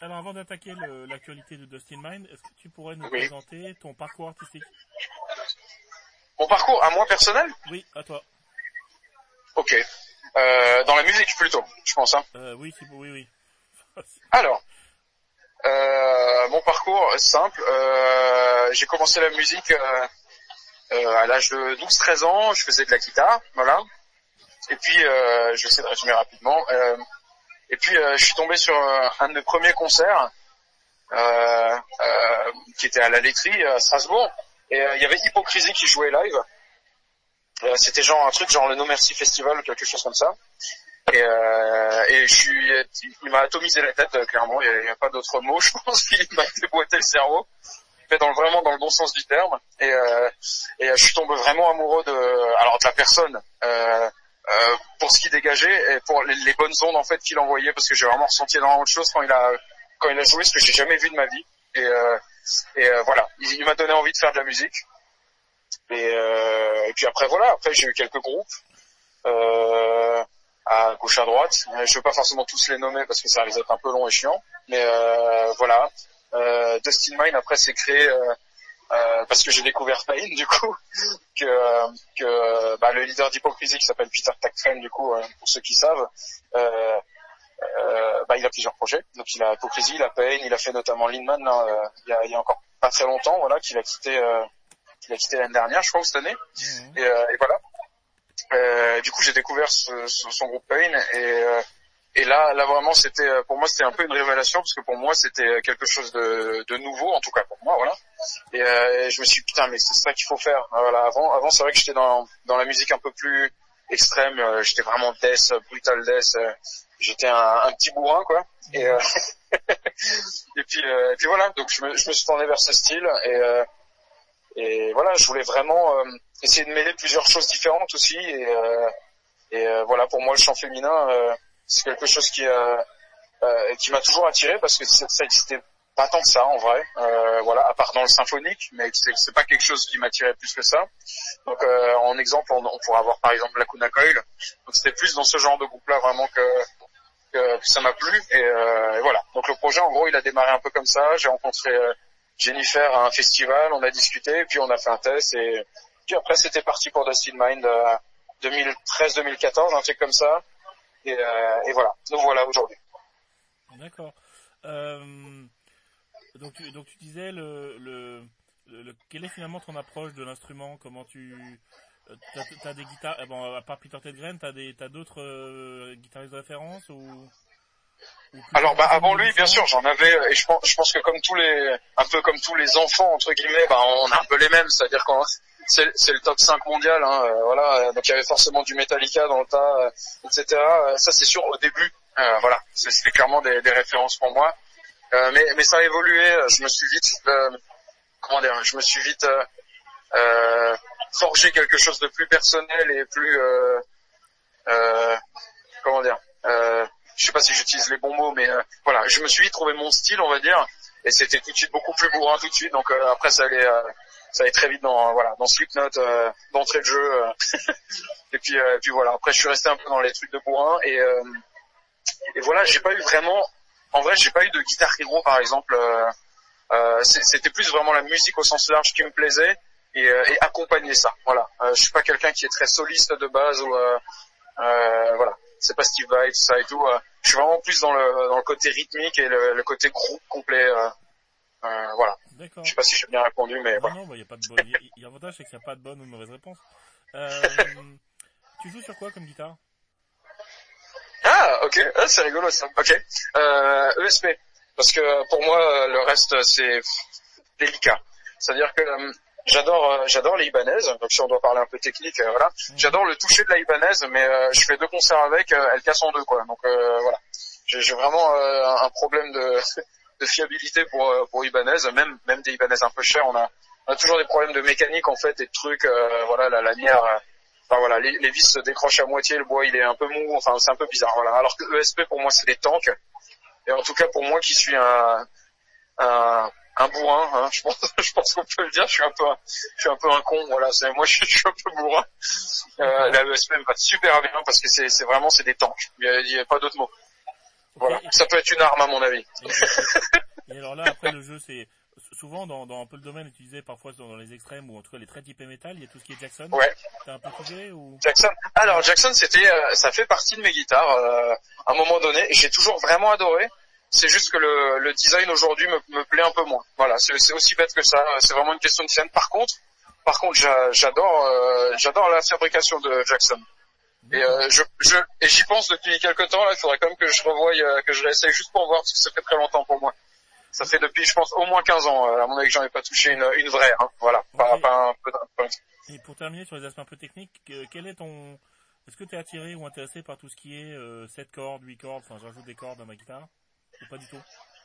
Alors avant d'attaquer l'actualité de Dust in Mind, est-ce que tu pourrais nous Oui. présenter ton parcours artistique? Mon parcours à moi personnel? Oui, à toi. Ok. Dans la musique plutôt, je pense. Hein. Oui, oui. Alors, mon parcours simple. J'ai commencé la musique à l'âge de 12-13 ans. Je faisais de la guitare, voilà. Et puis, je vais essayer de résumer rapidement. Et puis, je suis tombé sur un de mes premiers concerts qui était à la laiterie à Strasbourg. Et il y avait Hypocrisie qui jouait live. C'était genre un truc genre le No Mercy Festival ou quelque chose comme ça. Et il m'a atomisé la tête, clairement. Il y a pas d'autre mot. Je pense qu'il m'a déboîté le cerveau. Mais vraiment dans le bon sens du terme. Et je suis tombé vraiment amoureux de la personne, pour ce qu'il dégageait et pour les bonnes ondes en fait qu'il envoyait, parce que j'ai vraiment ressenti énormément de choses quand il a joué, ce que j'ai jamais vu de ma vie. Et voilà, il m'a donné envie de faire de la musique. Et puis après voilà, après j'ai eu quelques groupes à gauche à droite. Je veux pas forcément tous les nommer parce que ça risque d'être un peu long et chiant. Mais voilà. Dust in Mind après c'est créé parce que j'ai découvert Pain du coup que le leader d'Hypocrisie qui s'appelle Peter Tactfen du coup pour ceux qui savent il a plusieurs projets. Donc il a Hypocrisie, il a Pain, il a fait notamment Linman il y a encore pas très longtemps, voilà, qu'il a quitté l'année dernière, je crois, ou cette année. Mmh. Et voilà. Du coup j'ai découvert son groupe Pain et là vraiment c'était pour moi c'était un peu une révélation parce que pour moi c'était quelque chose de nouveau, en tout cas pour moi, voilà. Et je me suis dit putain mais c'est ça qu'il faut faire. Voilà, avant c'est vrai que j'étais dans la musique un peu plus extrême, j'étais vraiment death, brutal death, j'étais un petit bourrin quoi. Et puis voilà, donc je me suis tourné vers ce style et voilà, je voulais vraiment essayer de mêler plusieurs choses différentes aussi et voilà, pour moi le chant féminin c'est quelque chose qui m'a toujours attiré parce que ça existait pas tant que ça en vrai, voilà, à part dans le symphonique, mais c'est pas quelque chose qui m'attirait plus que ça. Donc en exemple on pourrait avoir par exemple Lacuna Coil, donc c'était plus dans ce genre de groupe là vraiment que ça m'a plu et voilà. Donc le projet en gros il a démarré un peu comme ça, j'ai rencontré Jennifer à un festival, on a discuté, et puis on a fait un test, et puis après c'était parti pour Dust in Mind 2013-2014, un truc comme ça, et voilà, nous voilà aujourd'hui. D'accord. Donc tu disais quelle est finalement ton approche de l'instrument? Comment t'as des guitares, bon, à part Peter Tedgren, t'as d'autres guitaristes de référence ou Alors avant lui bien sûr j'en avais, et je pense que un peu comme tous les enfants entre guillemets, on a un peu les mêmes, c'est-à-dire quand c'est le top 5 mondial, hein, voilà, donc il y avait forcément du Metallica dans le tas, etc. Ça c'est sûr au début, voilà, c'était clairement des références pour moi, mais ça a évolué, je me suis vite forgé quelque chose de plus personnel et plus je sais pas si j'utilise les bons mots, mais voilà, je me suis vite trouvé mon style, on va dire, et c'était tout de suite beaucoup plus bourrin tout de suite. Donc après ça allait très vite dans Slipknot, d'entrée de jeu. Et puis voilà. Après je suis resté un peu dans les trucs de bourrin et voilà, j'ai pas eu vraiment, en vrai j'ai pas eu de guitare hero par exemple. C'était plus vraiment la musique au sens large qui me plaisait et accompagner ça. Voilà. Je suis pas quelqu'un qui est très soliste de base ou voilà. C'est pas Steve Vai, tout ça et tout. Je suis vraiment plus dans le côté rythmique et le côté groupe complet. Voilà. D'accord. Je sais pas si j'ai bien répondu, mais voilà. Non, y a pas de l'avantage c'est qu'il n'y a pas de bonne ou de mauvaise réponse. Tu joues sur quoi comme guitare? Ah, ok. Ah, c'est rigolo ça. Ok. ESP. Parce que pour moi, le reste c'est délicat. C'est-à-dire que j'adore les Ibanez, donc si on doit parler un peu technique, voilà. J'adore le toucher de la Ibanez, mais je fais 2 concerts avec, elle casse en 2 quoi. Donc voilà. J'ai vraiment un problème de fiabilité pour Ibanez, même des Ibanez un peu chers, on a toujours des problèmes de mécanique en fait et de trucs, voilà, la lanière, enfin voilà, les vis se décrochent à moitié, le bois il est un peu mou, enfin c'est un peu bizarre, voilà. Alors que ESP pour moi c'est des tanks, et en tout cas pour moi qui suis un bourrin, hein, je pense qu'on peut le dire, je suis un peu un con, voilà, moi je suis un peu bourrin. La ESP me va super bien parce que c'est vraiment des tanks, il y a pas d'autre mot. Voilà, Okay. ça peut être une arme à mon avis. Et alors là, après le jeu, c'est souvent dans un peu le domaine utilisé parfois dans les extrêmes ou en tout cas les très typés métal, il y a tout ce qui est Jackson. Ouais. T'as un peu touché ou Jackson. Alors Jackson, ça fait partie de mes guitares à un moment donné. Et j'ai toujours vraiment adoré. C'est juste que le design aujourd'hui me plaît un peu moins. Voilà, c'est aussi bête que ça. C'est vraiment une question de design. Par contre, j'adore la fabrication de Jackson. Et et j'y pense depuis quelques temps. Là, il faudrait quand même que je revoie, que je réessaye juste pour voir parce que ça fait très longtemps pour moi. Ça fait depuis, je pense, au moins 15 ans. À mon avis, que j'en ai pas touché une vraie. Hein. Voilà, okay. pas un peu. Et pour terminer sur les aspects un peu techniques, est-ce que tu es attiré ou intéressé par tout ce qui est 7 cordes, 8 cordes, enfin j'ajoute des cordes à ma guitare ou pas du tout?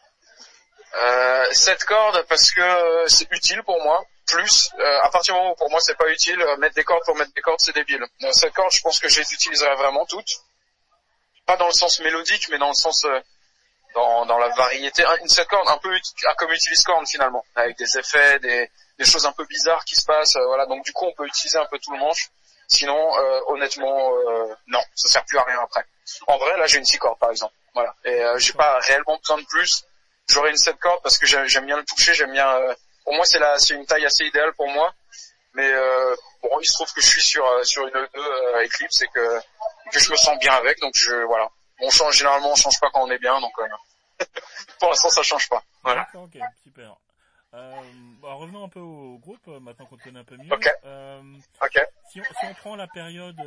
7 cordes parce que c'est utile pour moi. Plus, à partir du moment où pour moi c'est pas utile, mettre des cordes pour mettre des cordes c'est débile. 7 cordes, je pense que je les utiliserai vraiment toutes. Pas dans le sens mélodique, mais dans le sens dans la variété. Une 7 cordes un peu comme utilise cordes finalement, avec des effets, des choses un peu bizarres qui se passent. Voilà, donc du coup on peut utiliser un peu tout le manche. Sinon, honnêtement, non, ça sert plus à rien après. En vrai, là j'ai une 6 cordes par exemple. Voilà, et j'ai pas réellement besoin de plus. J'aurais une 7 cordes parce que j'aime bien le toucher, j'aime bien. Pour moi, c'est une taille assez idéale pour moi. Mais bon, il se trouve que je suis sur une E2 Eclipse et que je me sens bien avec. Donc voilà. Généralement, on change pas quand on est bien. Donc pour l'instant, ça change pas. Voilà. D'accord, ok, super. Revenons un peu au groupe maintenant qu'on te connaît un peu mieux. Ok. Si on prend la période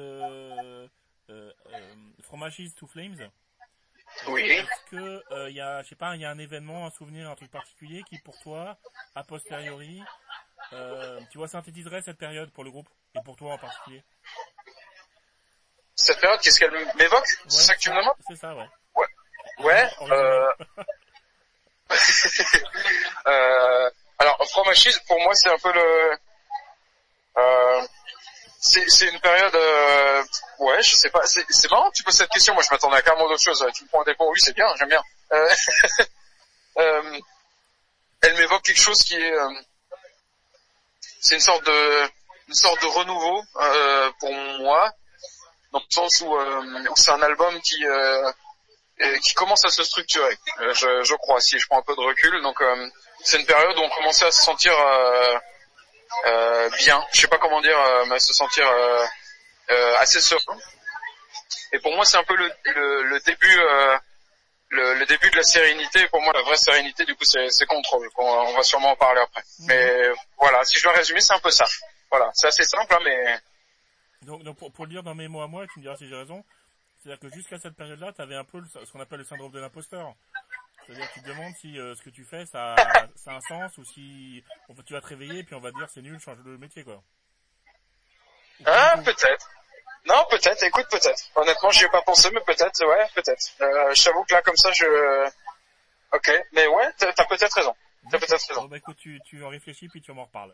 From Ashes to Flames. Oui. Est-ce que il y a un événement, un souvenir, un truc particulier qui pour toi, a posteriori, tu vois, synthétiserait cette période pour le groupe et pour toi en particulier? Cette période, qu'est-ce qu'elle m'évoque? Ouais, c'est ça que tu me demandes? C'est ça, ouais. Ouais. Alors, From Ashes, pour moi, c'est un peu c'est une période, ouais, je sais pas, c'est marrant que tu poses cette question, moi je m'attendais à carrément d'autres choses, tu me prends des points, oui c'est bien, j'aime bien. Elle m'évoque quelque chose qui est, c'est une sorte de renouveau, pour moi, dans le sens où c'est un album qui commence à se structurer, je crois, si je prends un peu de recul, donc c'est une période où on commençait à se sentir bien, je sais pas comment dire, mais se sentir assez serein. Et pour moi, c'est un peu le début, le début de la sérénité. Pour moi, la vraie sérénité, du coup, c'est Control. On va sûrement en parler après. Mais voilà, si je dois résumer, c'est un peu ça. Voilà, c'est assez simple, hein, mais. Donc pour le dire dans mes mots à moi, tu me diras si j'ai raison. C'est-à-dire que jusqu'à cette période-là, tu avais un peu ce qu'on appelle le syndrome de l'imposteur. C'est-à-dire que tu te demandes si ce que tu fais, ça a un sens ou si tu vas te réveiller et puis on va te dire c'est nul, change de métier, quoi. Peut-être. Non, peut-être, écoute, peut-être. Honnêtement, j'y ai pas pensé, mais peut-être, ouais, peut-être. Je t'avoue que là, comme ça, ok, mais ouais, t'as peut-être raison. T'as peut-être raison. Bon, bah écoute, tu en réfléchis puis tu m'en reparles.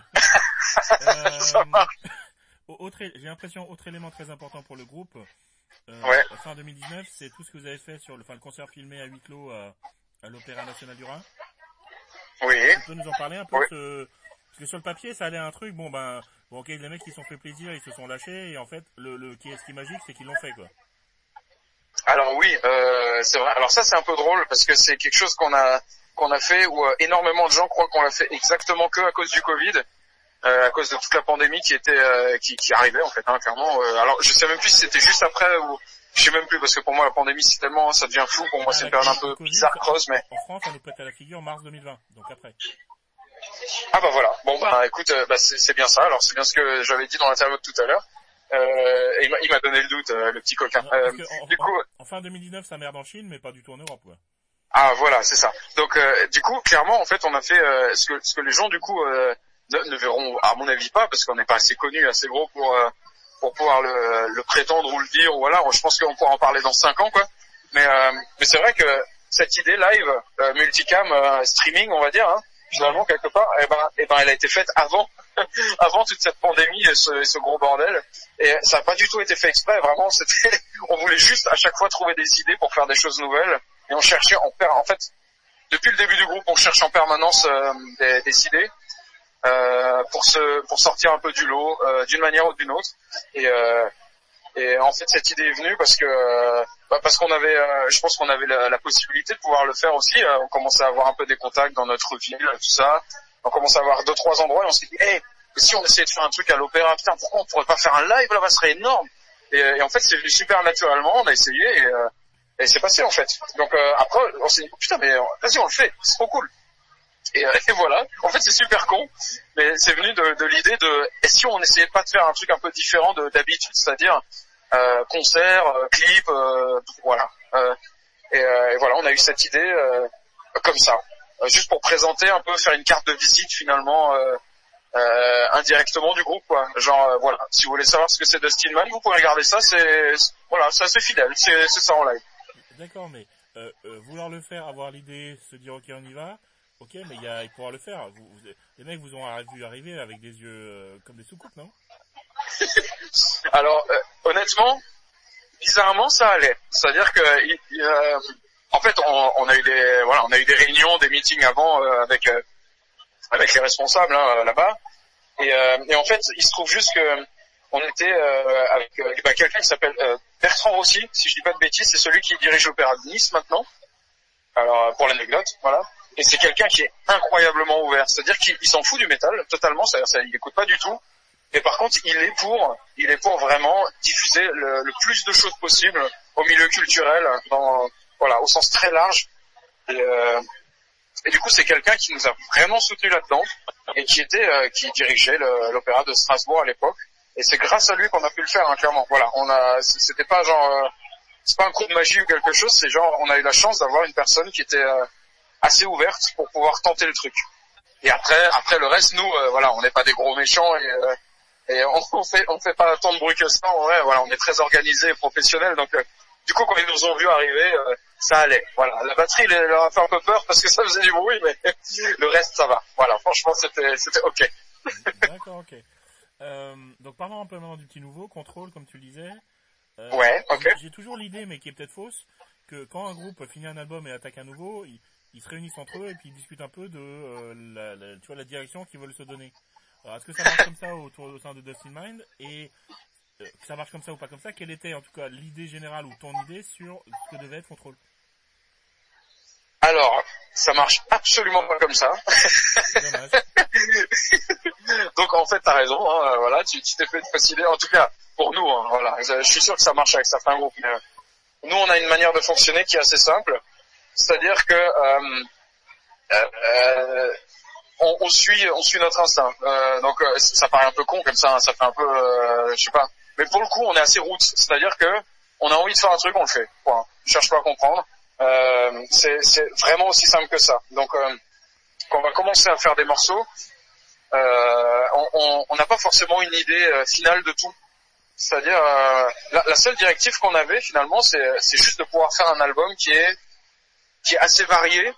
Ça marche. J'ai l'impression, autre élément très important pour le groupe, ouais. Fin 2019, c'est tout ce que vous avez fait sur le concert filmé à huis clos à l'Opéra National du Rhin. Oui. Tu peux nous en parler un peu parce que sur le papier, ça allait un truc, bon, ok, les mecs, ils se sont fait plaisir, ils se sont lâchés, et en fait, ce qui est magique, c'est qu'ils l'ont fait, quoi. Alors oui, c'est vrai. Alors ça, c'est un peu drôle, parce que c'est quelque chose qu'on a fait, où énormément de gens croient qu'on l'a fait exactement que à cause du Covid, à cause de toute la pandémie qui arrivait, en fait, hein, clairement. Alors, je sais même plus si c'était juste après, ou je sais même plus, parce que pour moi, la pandémie, c'est tellement, ça devient flou, pour moi, c'est une période un peu bizarre, creuse, mais... En France, on nous prête à la figure mars 2020, donc après. Ah bah voilà. Bon bah écoute, c'est bien ça. Alors c'est bien ce que j'avais dit dans l'interview de tout à l'heure. Et il m'a donné le doute, le petit coquin. Du coup, en fin 2019, ça merde en Chine, mais pas du tout en Europe, quoi. Ah voilà, c'est ça. Donc du coup, clairement, en fait, on a fait ce que les gens du coup ne verront, à mon avis, pas, parce qu'on n'est pas assez connu, assez gros pour pouvoir le prétendre ou le dire. Ou voilà, je pense qu'on pourra en parler dans 5 ans, quoi. Mais c'est vrai que cette idée live, multicam, streaming, on va dire. Hein, finalement quelque part, elle a été faite avant toute cette pandémie et ce gros bordel, et ça n'a pas du tout été fait exprès, vraiment. On voulait juste à chaque fois trouver des idées pour faire des choses nouvelles, et on cherchait en fait, depuis le début du groupe, on cherche en permanence des idées pour sortir un peu du lot, d'une manière ou d'une autre, et en fait cette idée est venue parce que parce qu'on avait, je pense qu'on avait la possibilité de pouvoir le faire aussi. On commençait à avoir un peu des contacts dans notre ville, tout ça. On commençait à avoir 2-3 endroits et on s'est dit, hey, si on essayait de faire un truc à l'opéra, putain, pourquoi on pourrait pas faire un live là-bas, ce serait énorme. Et en fait, c'est venu super naturellement. On a essayé et c'est passé en fait. Donc après, on s'est dit, putain, mais vas-y, on le fait, c'est trop cool. Et voilà. En fait, c'est super con, mais c'est venu de l'idée de, et si on essayait pas de faire un truc un peu différent d'habitude, c'est-à-dire concert, clip, voilà. Et voilà, on a eu cette idée comme ça, juste pour présenter un peu, faire une carte de visite finalement indirectement du groupe, quoi. Genre voilà, si vous voulez savoir ce que c'est Dustin Man, vous pouvez regarder ça. Voilà, c'est assez fidèle, c'est ça en live. D'accord, mais vouloir le faire, avoir l'idée, se dire ok on y va. Ok, mais il pourra le faire. Les mecs vous ont vu arriver avec des yeux comme des soucoupes, non? Alors, honnêtement, bizarrement, ça allait. C'est-à-dire que, en fait, on a eu des réunions, des meetings avant avec les responsables là-bas. Et en fait, il se trouve juste que on était avec quelqu'un qui s'appelle Bertrand Rossi, si je dis pas de bêtises, c'est celui qui dirige l'Opéra de Nice maintenant. Alors, pour l'anecdote, voilà. Et c'est quelqu'un qui est incroyablement ouvert. C'est-à-dire qu'il s'en fout du métal, totalement. C'est-à-dire il écoute pas du tout. Et par contre, il est pour vraiment diffuser le plus de choses possible au milieu culturel, voilà, au sens très large. Et du coup, c'est quelqu'un qui nous a vraiment soutenu là-dedans et qui dirigeait l'opéra de Strasbourg à l'époque. Et c'est grâce à lui qu'on a pu le faire, hein, clairement. Voilà, c'était pas genre, c'est pas un coup de magie ou quelque chose. C'est genre, on a eu la chance d'avoir une personne qui était assez ouverte pour pouvoir tenter le truc. Et après le reste, nous, voilà, on n'est pas des gros méchants et on fait pas tant de bruit que ça. Ouais, voilà, on est très organisé et professionnel. Donc, du coup, quand ils nous ont vu arriver, ça allait. Voilà, la batterie leur a fait un peu peur parce que ça faisait du bruit, mais le reste, ça va. Voilà, franchement, c'était ok. D'accord, ok. Donc parlons un peu maintenant du petit nouveau, Control, comme tu le disais. Ouais, ok. J'ai toujours l'idée, mais qui est peut-être fausse, que quand un groupe finit un album et attaque un nouveau, ils se réunissent entre eux et puis ils discutent un peu de tu vois, la direction qu'ils veulent se donner. Alors, est-ce que ça marche comme ça au sein de Dustin Mind? Et que ça marche comme ça ou pas comme ça, quelle était en tout cas l'idée générale ou ton idée sur ce que devait être Control? Alors, ça marche absolument pas comme ça. Dommage. Donc en fait, t'as raison. Hein, voilà, tu t'es fait fasciner. En tout cas, pour nous, hein, voilà. Je suis sûr que ça marche avec certains groupes. Mais, nous, on a une manière de fonctionner qui est assez simple. C'est-à-dire que on suit notre instinct. Donc ça paraît un peu con comme ça. Hein, ça fait un peu, je sais pas. Mais pour le coup, on est assez roots. C'est-à-dire que on a envie de faire un truc, on le fait. Point. Je cherche pas à comprendre. C'est vraiment aussi simple que ça. Donc quand on va commencer à faire des morceaux, on n'a pas forcément une idée finale de tout. C'est-à-dire la seule directive qu'on avait finalement, c'est juste de pouvoir faire un album qui est assez varié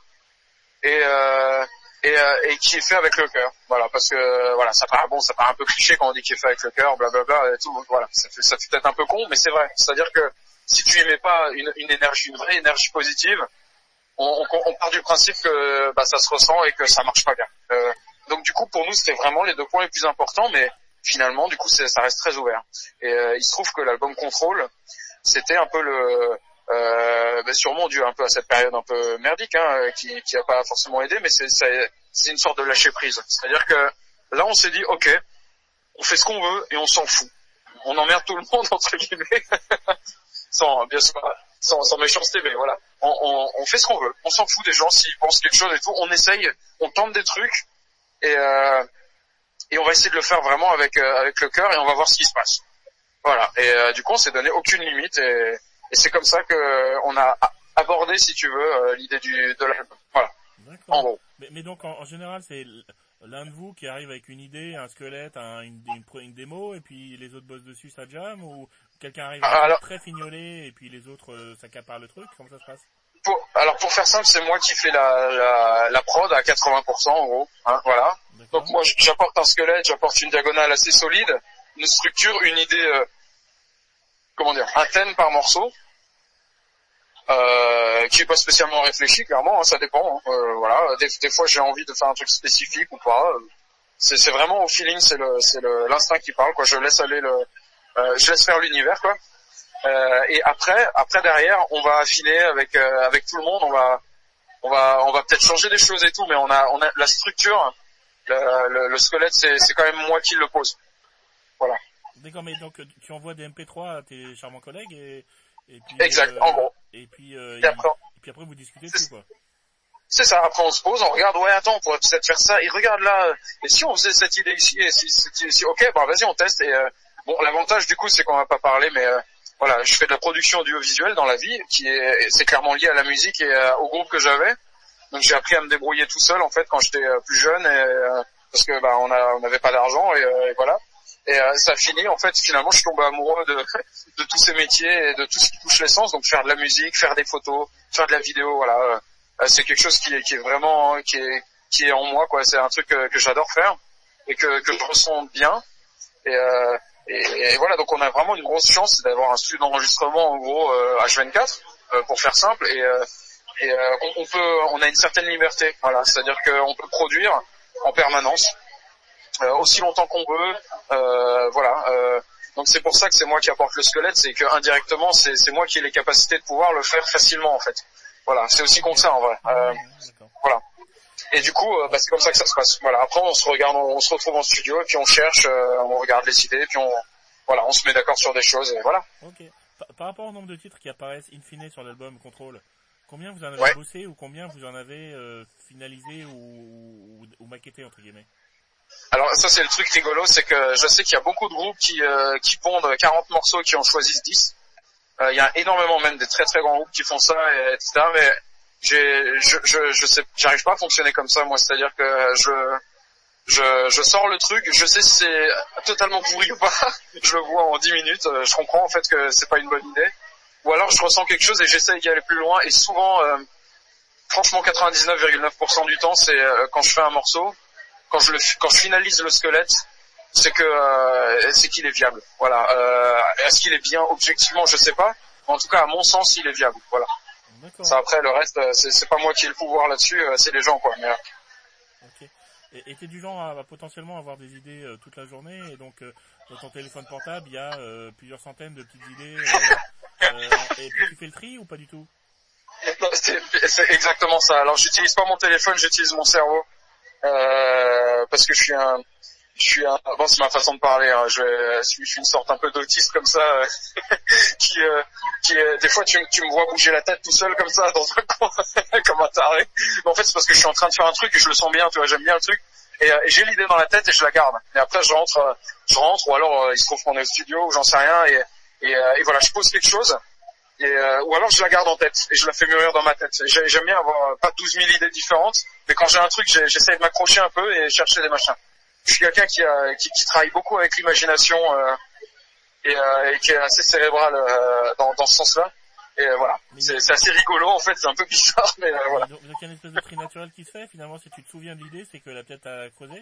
et qui est fait avec le cœur. Voilà, parce que voilà, ça paraît un peu cliché quand on dit qu'il est fait avec le cœur, blablabla et tout. Voilà, ça fait peut-être un peu con, mais c'est vrai. C'est-à-dire que si tu émets pas une vraie énergie positive, on part du principe que ça se ressent et que ça marche pas bien. Donc du coup, pour nous, c'était vraiment les deux points les plus importants, mais finalement, du coup, ça reste très ouvert. Et il se trouve que l'album Control, c'était un peu sûrement dû un peu à cette période un peu merdique, hein, qui a pas forcément aidé, mais c'est une sorte de lâcher prise. C'est-à-dire que là, on s'est dit, ok, on fait ce qu'on veut et on s'en fout. On emmerde tout le monde entre guillemets, bien sûr, sans méchanceté, mais voilà. On fait ce qu'on veut. On s'en fout des gens s'ils pensent quelque chose et tout. On essaye, on tente des trucs et on va essayer de le faire vraiment avec le cœur et on va voir ce qui se passe. Voilà. Et du coup, on s'est donné aucune limite et c'est comme ça que on a abordé, si tu veux, l'idée de l'album. Voilà. D'accord. En gros. Mais donc en général, c'est l'un de vous qui arrive avec une idée, un squelette, une démo, et puis les autres bossent dessus, ça jam, ou quelqu'un arrive très fignolé et puis les autres s'accaparent le truc. Comment ça se passe? Pour faire simple, c'est moi qui fais la prod à 80% en gros. Hein, voilà. D'accord. Donc moi, j'apporte un squelette, j'apporte une diagonale assez solide, une structure, une idée, un thème par morceau, qui est pas spécialement réfléchi, clairement, hein, ça dépend. Hein, voilà. Des fois, j'ai envie de faire un truc spécifique ou pas. C'est vraiment au feeling, c'est l'instinct qui parle, quoi. Je laisse faire l'univers, quoi. Et après derrière, on va affiner avec tout le monde. On va peut-être changer des choses et tout, mais on a la structure, le squelette, c'est quand même moi qui le pose. Voilà. D'accord, mais donc tu envoies des MP3 à tes charmants collègues et puis exact, en gros. Et puis après vous discutez dessus, quoi. C'est ça. Après on se pose, on regarde. Ouais, attends, on pourrait peut-être faire ça. Et regarde là. Et si on faisait cette idée ici, et si ok, bah vas-y, on teste. Et bon, l'avantage du coup, c'est qu'on va pas parler, mais voilà, je fais de la production audiovisuelle dans la vie, c'est clairement lié à la musique et au groupe que j'avais. Donc j'ai appris à me débrouiller tout seul en fait quand j'étais plus jeune, et parce que bah on n'avait pas d'argent et voilà. Et ça finit en fait, finalement, je tombe amoureux de tous ces métiers et de tout ce qui touche l'essence. Donc faire de la musique, faire des photos, faire de la vidéo, voilà. C'est quelque chose qui est vraiment qui est en moi, quoi. C'est un truc que j'adore faire et que je ressens bien. Et voilà, donc on a vraiment une grosse chance d'avoir un studio d'enregistrement en gros H24 pour faire simple, et on a une certaine liberté, voilà, c'est-à-dire qu'on peut produire en permanence aussi longtemps qu'on veut, voilà. Donc c'est pour ça que c'est moi qui apporte le squelette, c'est que indirectement c'est moi qui ai les capacités de pouvoir le faire facilement en fait. Voilà, c'est aussi comme ça en vrai. Voilà. Et du coup, bah, c'est comme ça que ça se passe. Voilà. Après, on se retrouve en studio et puis on cherche, on regarde les idées, et puis on se met d'accord sur des choses et voilà. Ok. Par rapport au nombre de titres qui apparaissent in fine sur l'album Control, combien vous en avez bossé ou combien vous en avez finalisé ou maquetté entre guillemets? Alors ça c'est le truc rigolo, c'est que je sais qu'il y a beaucoup de groupes qui pondent 40 morceaux, qui en choisissent 10. Il y a énormément même des très très grands groupes qui font ça, etc. Mais je sais, j'arrive pas à fonctionner comme ça moi, c'est-à-dire que je sors le truc, je sais si c'est totalement pourri ou pas, je le vois en 10 minutes, je comprends en fait que c'est pas une bonne idée, ou alors je ressens quelque chose et j'essaye d'y aller plus loin, et souvent, franchement 99,9% du temps, c'est quand je fais un morceau, quand je finalise le squelette, c'est qu'il est viable, voilà. Est-ce qu'il est bien objectivement, je sais pas, mais en tout cas à mon sens il est viable, voilà. D'accord. Ça après le reste, c'est pas moi qui ai le pouvoir là-dessus, c'est les gens, quoi. Mais ok. Et t'es du genre à potentiellement avoir des idées toute la journée, et donc dans ton téléphone portable il y a plusieurs centaines de petites idées, et puis tu fais le tri ou pas du tout? Non, c'est exactement ça. Alors j'utilise pas mon téléphone, j'utilise mon cerveau, parce que je suis un bon, c'est ma façon de parler, hein. Je suis une sorte un peu d'autiste comme ça, qui des fois tu me vois bouger la tête tout seul comme ça dans un coin comme un taré. Mais en fait c'est parce que je suis en train de faire un truc et je le sens bien, tu vois, j'aime bien le truc, et j'ai l'idée dans la tête et je la garde. Et après je rentre, ou alors il se trouve qu'on est au studio ou j'en sais rien, et voilà, je pose quelque chose, ou alors je la garde en tête et je la fais mûrir dans ma tête. J'aime bien avoir pas 12 000 idées différentes, mais quand j'ai un truc, j'essaie de m'accrocher un peu et chercher des machins. Je suis quelqu'un qui travaille beaucoup avec l'imagination, et qui est assez cérébral dans ce sens-là. Et voilà, c'est assez rigolo en fait, c'est un peu bizarre, mais voilà. Donc il y a une espèce de tri naturel qui se fait finalement. Si tu te souviens de l'idée, c'est que la peut-être à creuser.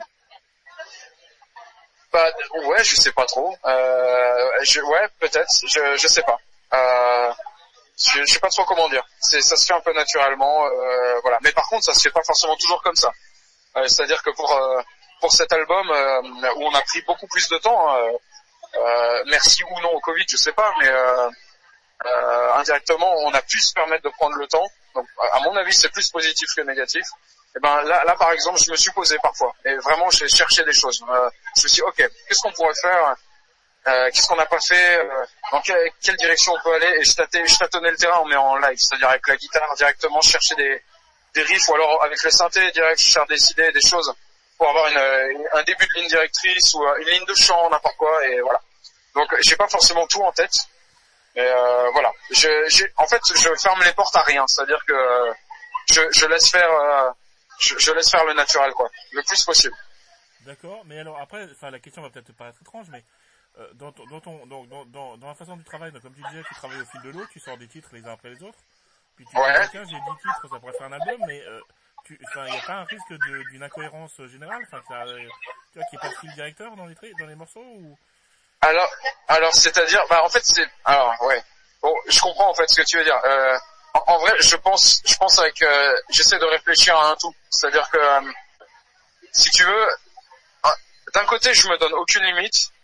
Bah ouais, je sais pas trop. Ouais, peut-être, je sais pas. Je sais pas trop comment dire. Ça se fait un peu naturellement, voilà. Mais par contre, ça se fait pas forcément toujours comme ça. C'est-à-dire que pour cet album où on a pris beaucoup plus de temps, merci ou non au Covid, je sais pas, mais indirectement, on a pu se permettre de prendre le temps. Donc, à mon avis, c'est plus positif que négatif. Et ben là, par exemple, je me suis posé parfois, et vraiment, j'ai cherché des choses. Je me suis dit, ok, qu'est-ce qu'on pourrait faire, qu'est-ce qu'on n'a pas fait, dans quelle direction on peut aller, et je tâtonnais le terrain, mais en live, c'est-à-dire avec la guitare directement, je cherchais des riffs, ou alors avec le synthé direct, je cherchais des idées, des choses, pour avoir un début de ligne directrice, ou une ligne de chant, n'importe quoi, et voilà. Donc, j'ai pas forcément tout en tête. Et voilà, en fait, je ferme les portes à rien, c'est-à-dire que je laisse faire, je laisse faire le naturel, quoi, le plus possible. D'accord, mais alors après, enfin la question va peut-être te paraître étrange, mais dans la façon du travail, donc, comme tu disais, tu travailles au fil de l'eau, tu sors des titres les uns après les autres, puis tu dis tiens, j'ai 10 titres, ça pourrait faire un album, mais il n'y a pas un risque d'une incohérence générale, enfin tu vois, qu'il n'y ait pas de fil directeur dans les morceaux ou... Alors, c'est-à-dire, bah, en fait, alors, ouais. Bon, je comprends, en fait, ce que tu veux dire. En vrai, je pense avec, j'essaie de réfléchir à un tout. C'est-à-dire que, si tu veux, d'un côté, je me donne aucune limite,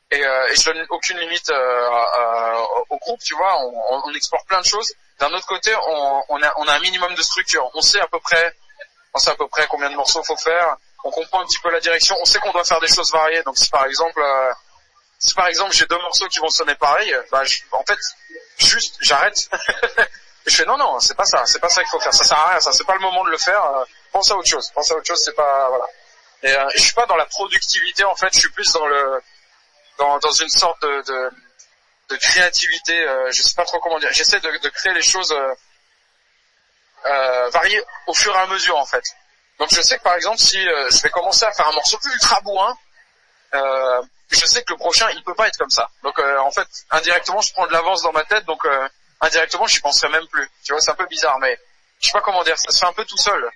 et je donne aucune limite au groupe, tu vois. On explore plein de choses. D'un autre côté, on a un minimum de structure. On sait à peu près combien de morceaux faut faire. On comprend un petit peu la direction. On sait qu'on doit faire des choses variées. Donc si par exemple j'ai 2 morceaux qui vont sonner pareil, en fait juste j'arrête. Et je fais non, c'est pas ça qu'il faut faire. Ça sert à rien. Ça c'est pas le moment de le faire. Pense à autre chose. C'est pas voilà. Et je suis pas dans la productivité en fait. Je suis plus dans une sorte de créativité. Je sais pas trop comment dire. J'essaie de créer les choses variées au fur et à mesure en fait. Donc je sais que par exemple si je vais commencer à faire un morceau ultra bourrin, je sais que le prochain il peut pas être comme ça. Donc en fait indirectement je prends de l'avance dans ma tête. Donc indirectement j'y penserai même plus. Tu vois, c'est un peu bizarre, mais je sais pas comment dire. Ça se fait un peu tout seul.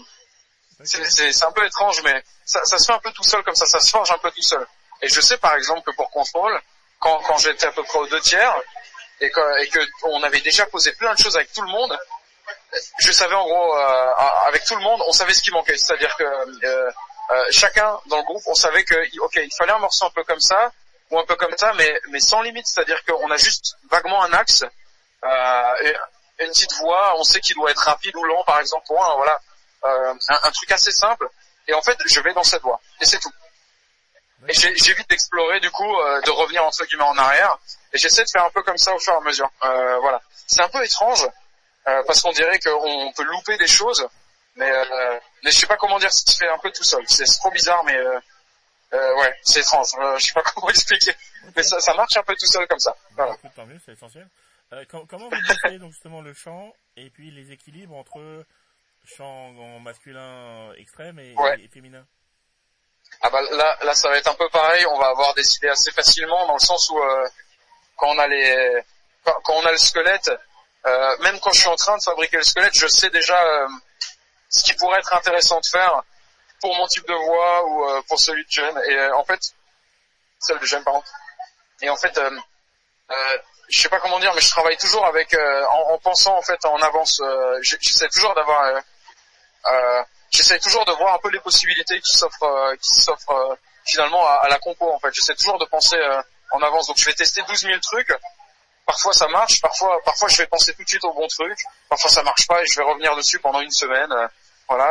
C'est un peu étrange, mais ça se fait un peu tout seul comme ça se forge un peu tout seul. Et je sais par exemple que pour Control, quand j'étais à peu près aux 2/3 et que on avait déjà posé plein de choses avec tout le monde, je savais en gros avec tout le monde, on savait ce qui manquait. C'est-à-dire que chacun dans le groupe, on savait que il fallait un morceau un peu comme ça ou un peu comme ça, mais sans limite. C'est-à-dire qu'on a juste vaguement un axe, une petite voix. On sait qu'il doit être rapide ou lent, par exemple. Voilà, un truc assez simple. Et en fait, je vais dans cette voie et c'est tout. Et j'évite d'explorer du coup, de revenir entre guillemets en arrière. Et j'essaie de faire un peu comme ça au fur et à mesure. Voilà. C'est un peu étrange parce qu'on dirait qu'on peut louper des choses, mais je sais pas comment dire. Ça se fait un peu tout seul. C'est trop bizarre, mais ouais, c'est étrange. Je sais pas comment expliquer, mais ça marche un peu tout seul comme ça. Voilà. Écoute, tant mieux, c'est essentiel. Comment vous décidez donc justement le chant et puis les équilibres entre chant en masculin extrême et féminin? Ah bah là ça va être un peu pareil. On va avoir des idées assez facilement dans le sens où quand on a le squelette, même quand je suis en train de fabriquer le squelette, je sais déjà ce qui pourrait être intéressant de faire pour mon type de voix ou pour celui de Jen. Et en fait, celle de Jen pardon. Et en fait, je sais pas comment dire, mais je travaille toujours avec en pensant en fait en avance. J'essaie toujours d'avoir j'essaie toujours de voir un peu les possibilités qui s'offrent finalement à la compo en fait. J'essaie toujours de penser en avance. Donc je vais tester 12 000 trucs. Parfois ça marche, parfois je vais penser tout de suite au bon truc. Parfois ça marche pas et je vais revenir dessus pendant une semaine. Voilà.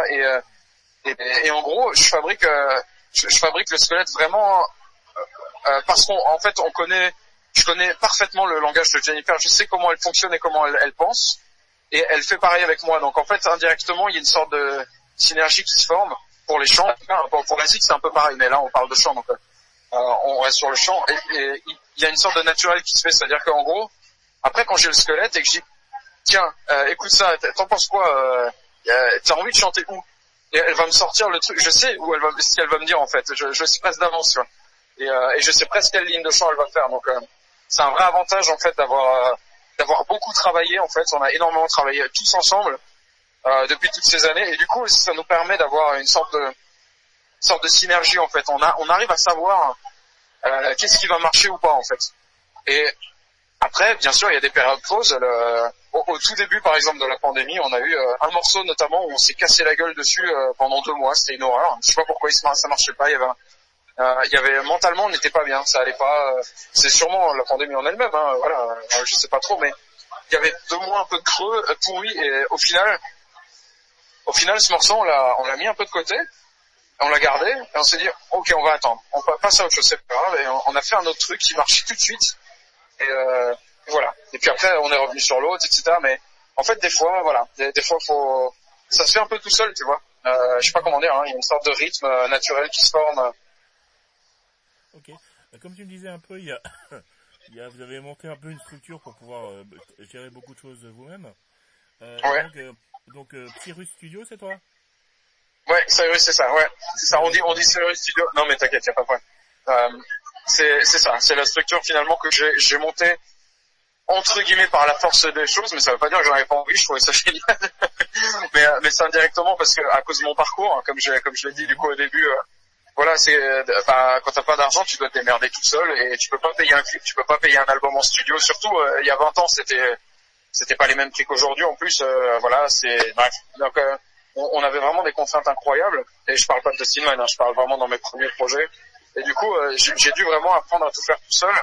Et en gros, je fabrique le squelette vraiment parce qu'en fait je connais parfaitement le langage de Jennifer. Je sais comment elle fonctionne et comment elle pense. Et elle fait pareil avec moi. Donc en fait, indirectement, il y a une sorte de synergie qui se forme pour les chants. Pour la zik, c'est un peu pareil, mais là, on parle de chant, donc on reste sur le chant. Et il y a une sorte de naturel qui se fait. C'est-à-dire qu'en gros, après, quand j'ai le squelette et que je dis, tiens, écoute ça, t'en penses quoi t'as envie de chanter où? Et elle va me sortir le truc. Je sais ce qu'elle va me dire, en fait. Je sais presque d'avance, tu vois. Et je sais presque quelle ligne de chant elle va faire. Donc c'est un vrai avantage, en fait, d'avoir beaucoup travaillé en fait. On a énormément travaillé tous ensemble depuis toutes ces années et du coup ça nous permet d'avoir une sorte de synergie en fait. On arrive à savoir qu'est-ce qui va marcher ou pas en fait. Et après bien sûr il y a des périodes creuses. Au tout début par exemple de la pandémie, on a eu un morceau notamment où on s'est cassé la gueule dessus pendant 2 mois. C'était une horreur. Je sais pas pourquoi ça marchait pas. Il y avait mentalement on n'était pas bien, ça allait pas. C'est sûrement la pandémie en elle-même, hein, voilà. Je sais pas trop, mais il y avait 2 mois un peu de creux, pourri, et au final ce morceau on l'a mis un peu de côté, on l'a gardé et on s'est dit ok on va attendre, on passe à autre chose, c'est pas grave, et on a fait un autre truc qui marchait tout de suite et voilà. Et puis après on est revenu sur l'autre, etc. Mais en fait des fois voilà, des fois ça se fait un peu tout seul, tu vois. Je sais pas comment dire, hein, il y a une sorte de rythme naturel qui se forme. Ok. Comme tu me disais un peu, vous avez monté un peu une structure pour pouvoir gérer beaucoup de choses vous-même. Ouais. Donc Cyrus Studio, c'est toi? Ouais, Cyrus, c'est ça. Ouais, c'est ça. On dit Cyrus Studio. Non, mais t'inquiète, y a pas de problème. C'est ça. C'est la structure finalement que j'ai montée entre guillemets par la force des choses, mais ça veut pas dire que j'en avais pas envie. Je trouvais ça génial. mais c'est indirectement parce que à cause de mon parcours, hein, comme je l'ai dit du coup au début. Voilà, quand t'as pas d'argent, tu dois te démerder tout seul et tu peux pas payer un clip, tu peux pas payer un album en studio. Surtout, il y a 20 ans, c'était pas les mêmes prix qu'aujourd'hui. En plus, voilà, bref. Donc, on avait vraiment des contraintes incroyables. Et je parle pas de Dustin Man, hein, je parle vraiment dans mes premiers projets. Et du coup, j'ai dû vraiment apprendre à tout faire tout seul.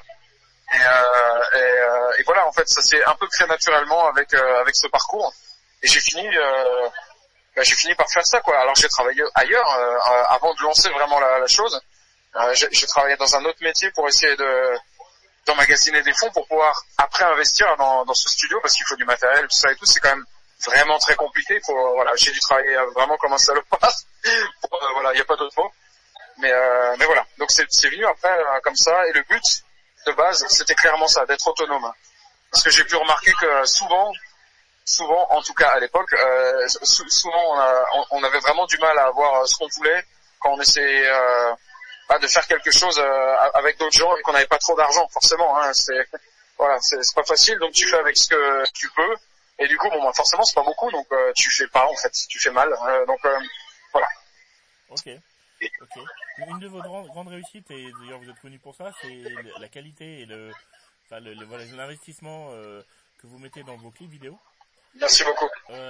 Et voilà, en fait, ça s'est un peu créé naturellement avec ce parcours. Et j'ai fini par faire ça, quoi. Alors j'ai travaillé ailleurs avant de lancer vraiment la chose. J'ai travaillé dans un autre métier pour essayer d'emmagasiner des fonds pour pouvoir après investir dans ce studio, parce qu'il faut du matériel, tout ça et tout. C'est quand même vraiment très compliqué. Voilà, j'ai dû travailler vraiment comme un salopard. Voilà, il n'y a pas d'autre mot. Mais voilà. Donc c'est venu après comme ça. Et le but de base, c'était clairement ça, d'être autonome. Parce que j'ai pu remarquer que souvent, en tout cas à l'époque, souvent on avait vraiment du mal à avoir ce qu'on voulait quand on essayait de faire quelque chose avec d'autres gens et qu'on n'avait pas trop d'argent, forcément. Hein, c'est pas facile, donc tu fais avec ce que tu peux. Et du coup, forcément, c'est pas beaucoup, donc tu fais pas en fait, tu fais mal. Donc voilà. Ok. Une de vos grandes réussites, et d'ailleurs vous êtes connu pour ça, c'est la qualité et l'investissement que vous mettez dans vos clips vidéo. Merci beaucoup.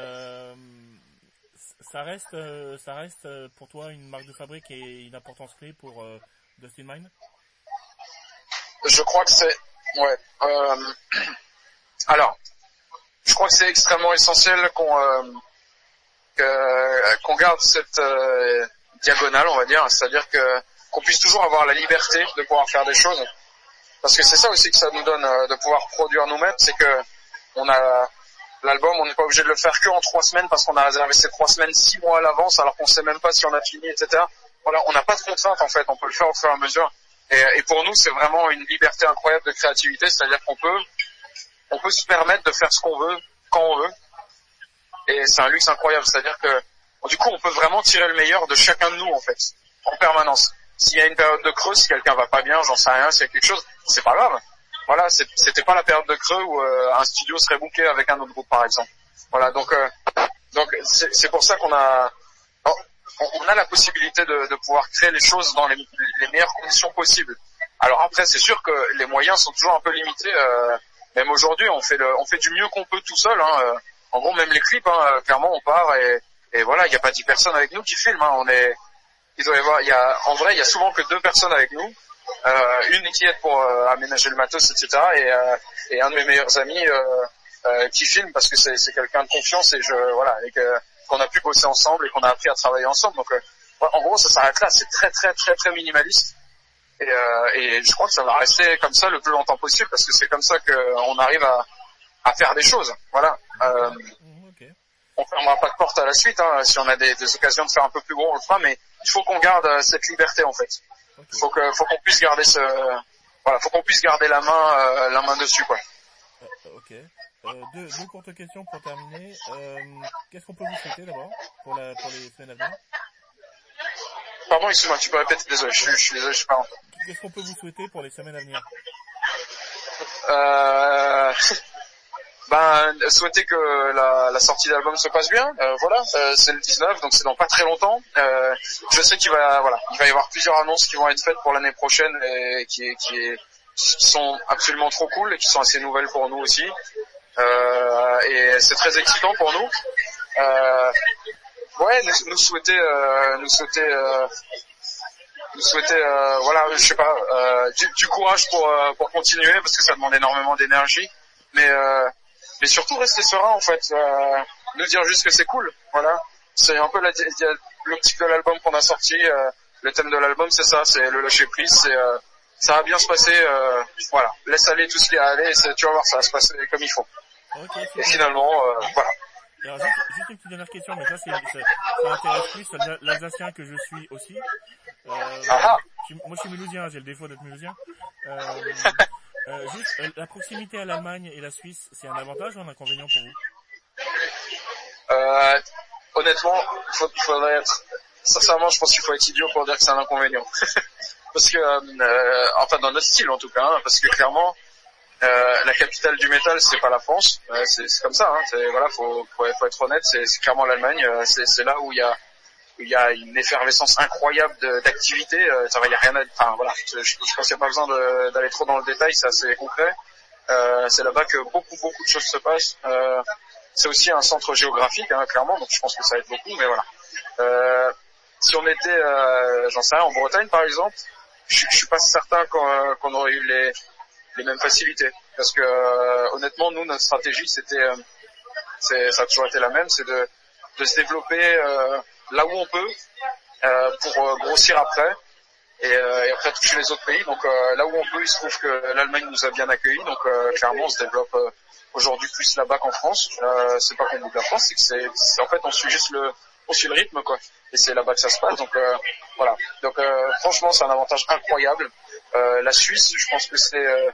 Ça reste pour toi une marque de fabrique et une importance clé pour Dust in Mind. Je crois que c'est alors je crois que c'est extrêmement essentiel qu'on garde cette diagonale, on va dire, c'est-à-dire qu'on puisse toujours avoir la liberté de pouvoir faire des choses, parce que c'est ça aussi que ça nous donne de pouvoir produire nous-mêmes, c'est que on a l'album, on n'est pas obligé de le faire que en 3 semaines parce qu'on a réservé ces 3 semaines 6 mois à l'avance alors qu'on sait même pas si on a fini, etc. Voilà, on n'a pas de contraintes en fait, on peut le faire au fur et à mesure. Et pour nous, c'est vraiment une liberté incroyable de créativité, c'est-à-dire qu'on peut se permettre de faire ce qu'on veut, quand on veut. Et c'est un luxe incroyable, c'est-à-dire que du coup, on peut vraiment tirer le meilleur de chacun de nous en fait, en permanence. S'il y a une période de creux, si quelqu'un va pas bien, j'en sais rien, s'il y a quelque chose, c'est pas grave. Voilà, c'était pas la période de creux où un studio serait booké avec un autre groupe par exemple. Voilà, donc c'est pour ça qu'on a la possibilité de pouvoir créer les choses dans les meilleures conditions possibles. Alors après, c'est sûr que les moyens sont toujours un peu limités. Même aujourd'hui, on fait du mieux qu'on peut tout seul. Hein. En gros, même les clips, hein, clairement, on part et voilà, il n'y a pas 10 personnes avec nous qui filment. Hein. Il doit y avoir, en vrai, il y a souvent que 2 personnes avec nous. Une qui aide pour aménager le matos, etc. Et un de mes meilleurs amis qui filme parce que c'est quelqu'un de confiance et qu'on a pu bosser ensemble et qu'on a appris à travailler ensemble. Donc en gros, ça s'arrête là. C'est très très très très minimaliste. Et je crois que ça va rester comme ça le plus longtemps possible parce que c'est comme ça qu'on arrive à faire des choses. Voilà. On fermera pas de porte à la suite. Hein. Si on a des occasions de faire un peu plus gros, on le fera. Mais il faut qu'on garde cette liberté en fait. Okay. Faut qu'on puisse garder faut qu'on puisse garder la main dessus quoi. Ok. Deux courtes questions pour terminer. Qu'est-ce qu'on peut vous souhaiter d'abord pour les semaines à venir? Pardon, excuse-moi, tu peux répéter, désolé, je suis désolé, je sais pas. Qu'est-ce qu'on peut vous souhaiter pour les semaines à venir? Souhaiter que la sortie d'album se passe bien. Voilà, c'est le 19, donc c'est dans pas très longtemps. Je sais qu'il va y avoir plusieurs annonces qui vont être faites pour l'année prochaine et qui sont absolument trop cool et qui sont assez nouvelles pour nous aussi. Et c'est très excitant pour nous. Nous souhaiter voilà, je sais pas, du courage pour continuer parce que ça demande énormément d'énergie, mais surtout rester serein en fait, nous dire juste que c'est cool. Voilà, c'est un peu l'optique de l'album qu'on a sorti. Le thème de l'album c'est ça, c'est le lâcher prise, c'est ça va bien se passer. Voilà, laisse aller tout ce qui est à aller, et tu vas voir, ça va se passer comme il faut. Okay, et finalement, voilà. Alors, juste une petite dernière question, mais ça m'intéresse plus l'Alsacien que je suis aussi. Moi je suis mulhousien, j'ai le défaut d'être mulhousien. Juste, la proximité à l'Allemagne et la Suisse, c'est un avantage ou un inconvénient pour vous? Honnêtement, faudrait être... Sincèrement, je pense qu'il faut être idiot pour dire que c'est un inconvénient. Parce que, enfin dans notre style en tout cas, hein, parce que clairement, la capitale du métal, c'est pas la France, c'est comme ça. Hein, voilà, faut être honnête, c'est clairement l'Allemagne. C'est là où il y a une effervescence incroyable d'activité. Il y a rien à, enfin voilà, je pense qu'il n'y a pas besoin d'aller trop dans le détail, c'est assez concret. C'est là-bas que beaucoup de choses se passent. C'est aussi un centre géographique, hein, clairement, donc je pense que ça aide beaucoup. Mais voilà, si on était, j'en sais rien, en Bretagne par exemple, je suis pas certain qu'on aurait eu les mêmes facilités. Parce que honnêtement, nous, notre stratégie, ça a toujours été la même, c'est de se développer là où on peut pour grossir après. Et après toucher les autres pays. Donc là où on peut, il se trouve que l'Allemagne nous a bien accueillis. Donc clairement, on se développe aujourd'hui plus là-bas qu'en France. C'est pas qu'on bouge la France, c'est que c'est en fait on suit le rythme quoi. Et c'est là-bas que ça se passe. Donc voilà. Donc franchement, c'est un avantage incroyable. La Suisse, je pense que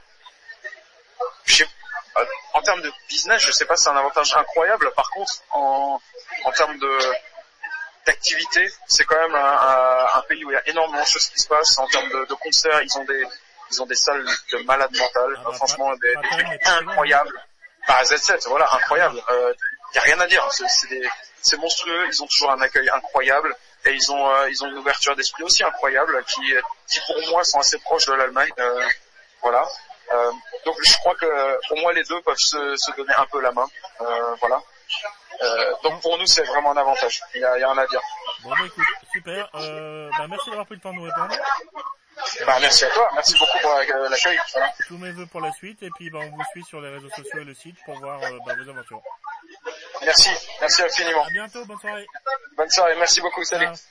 en termes de business, je sais pas si c'est un avantage incroyable. Par contre, en termes d'activité, c'est quand même un pays où il y a énormément de choses qui se passent en termes de concerts. Ils ont des salles de malades mentales, franchement des trucs incroyables. Bah Z7, voilà, incroyable. Y a rien à dire. C'est monstrueux. Ils ont toujours un accueil incroyable et ils ont une ouverture d'esprit aussi incroyable qui pour moi sont assez proches de l'Allemagne. Voilà. Donc je crois que pour moi les deux peuvent se donner un peu la main. Voilà. Donc pour nous c'est vraiment un avantage. Il y a rien à dire. Bon bah écoute, super. Merci d'avoir pris le temps de nous répondre. Merci à toi. Merci beaucoup pour l'accueil. Voilà. Tous mes vœux pour la suite et puis on vous suit sur les réseaux sociaux et le site pour voir vos aventures. Merci infiniment. À bientôt, bonne soirée. Bonne soirée, merci beaucoup, salut. Ciao.